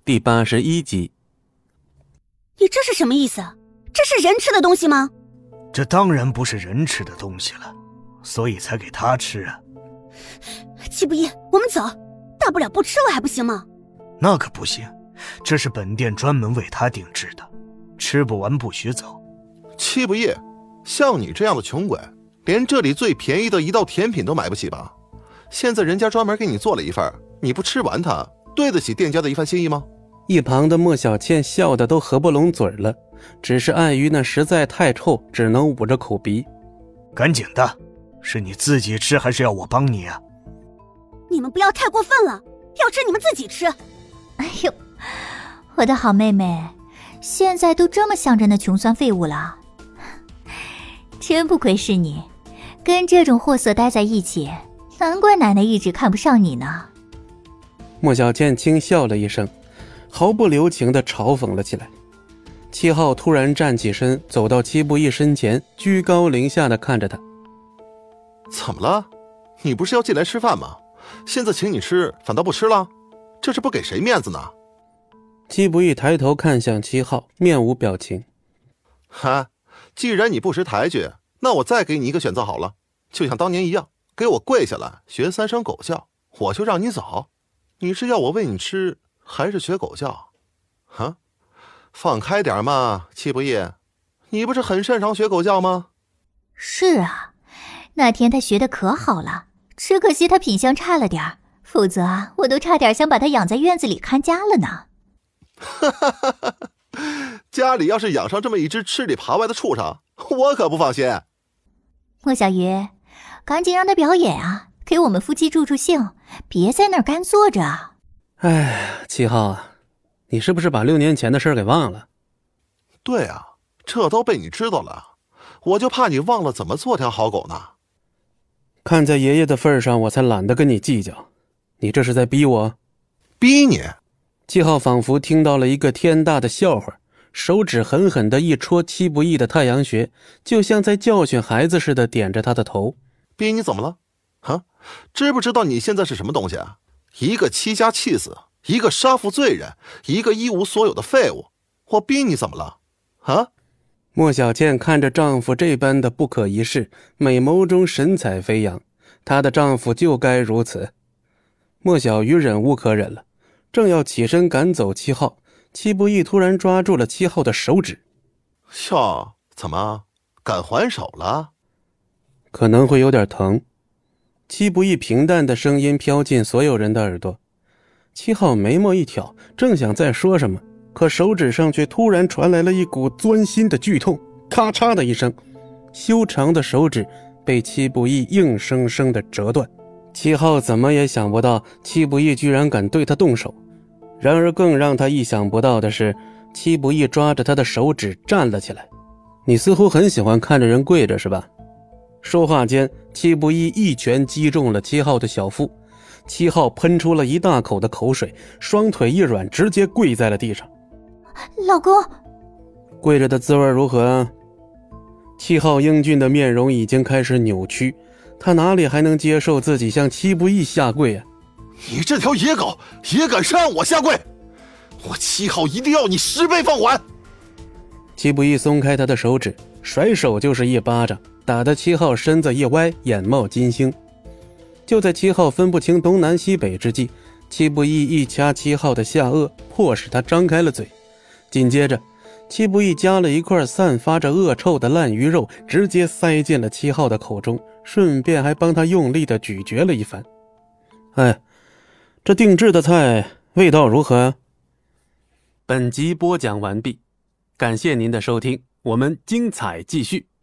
第81集。 你这是什么意思？这是人吃的东西吗？ 这当然不是人吃的东西了，所以才给他吃啊。 戚不义，我们走，大不了不吃了还不行吗？ 那可不行，这是本店专门为他定制的，吃不完不许走。 戚不义，像你这样的穷鬼，连这里最便宜的一道甜品都买不起吧？现在人家专门给你做了一份，你不吃完它，对得起店家的一番心意吗？ 一旁的莫小倩笑得都合不拢嘴了，只是碍于那实在太臭，只能捂着口鼻。 赶紧的，是你自己吃还是要我帮你啊？ 你们不要太过分了，要吃你们自己吃。 哎呦，我的好妹妹，现在都这么向着那穷酸废物了，真不愧是你，跟这种货色待在一起，难怪奶奶一直看不上你呢。 莫小倩轻笑了一声，毫不留情地嘲讽了起来。戚浩突然站起身，走到戚不义身前，居高临下地看着他。 怎么了？你不是要进来吃饭吗？现在请你吃，反倒不吃了？这是不给谁面子呢？ 戚不义抬头看向戚浩，面无表情。 哈，既然你不识抬举，那我再给你一个选择好了，就像当年一样，给我跪下来学3声狗叫，我就让你走。你是要我喂你吃，还是学狗叫？哈，放开点嘛，戚不义，你不是很擅长学狗叫吗？ 是啊，那天他学得可好了，只可惜他品相差了点，否则我都差点想把他养在院子里看家了呢。 哈哈哈哈，家里要是养上这么一只吃里扒外的畜生，我可不放心。 莫小鱼，赶紧让他表演啊，给我们夫妻助助兴，别在那儿干坐着。 哎，戚浩啊，你是不是把6年前的事给忘了？ 对啊，这都被你知道了，我就怕你忘了怎么做条好狗呢。 看在爷爷的份上，我才懒得跟你计较。你这是在逼我？ 逼你？ 戚浩仿佛听到了一个天大的笑话，手指狠狠地一戳戚不义的太阳穴，就像在教训孩子似的点着他的头。 逼你怎么了？哈，知不知道你现在是什么东西啊？一个妻家弃子，一个杀父罪人，一个一无所有的废物，我逼你怎么了？啊？ 莫小倩看着丈夫这般的不可一世，美眸中神采飞扬，她的丈夫就该如此。莫小鱼忍无可忍了，正要起身赶走戚浩，戚不义突然抓住了戚浩的手指。 哟，怎么敢还手了？ 可能会有点疼。戚不义平淡的声音飘进所有人的耳朵。戚浩眉毛一挑，正想再说什么，可手指上却突然传来了一股钻心的剧痛，咔嚓的一声，修长的手指被戚不义硬生生的折断。戚浩怎么也想不到戚不义居然敢对他动手，然而更让他意想不到的是，戚不义抓着他的手指站了起来。你似乎很喜欢看着人跪着是吧？说话间，戚不义一拳击中了戚浩的小腹，戚浩喷出了一大口的口水，双腿一软，直接跪在了地上。 老公， 跪着的滋味如何啊？戚浩英俊的面容已经开始扭曲，他哪里还能接受自己向戚不义下跪啊？ 你这条野狗也敢让我下跪，我戚浩一定要你10倍放还！ 戚不义松开他的手指，甩手就是一巴掌，打得戚浩身子一歪，眼冒金星。就在戚浩分不清东南西北之际，戚不义一掐戚浩的下颚，迫使他张开了嘴。紧接着，戚不义夹了一块散发着恶臭的烂鱼肉，直接塞进了戚浩的口中，顺便还帮他用力地咀嚼了一番。哎，这定制的菜味道如何啊？本集播讲完毕，感谢您的收听，我们精彩继续。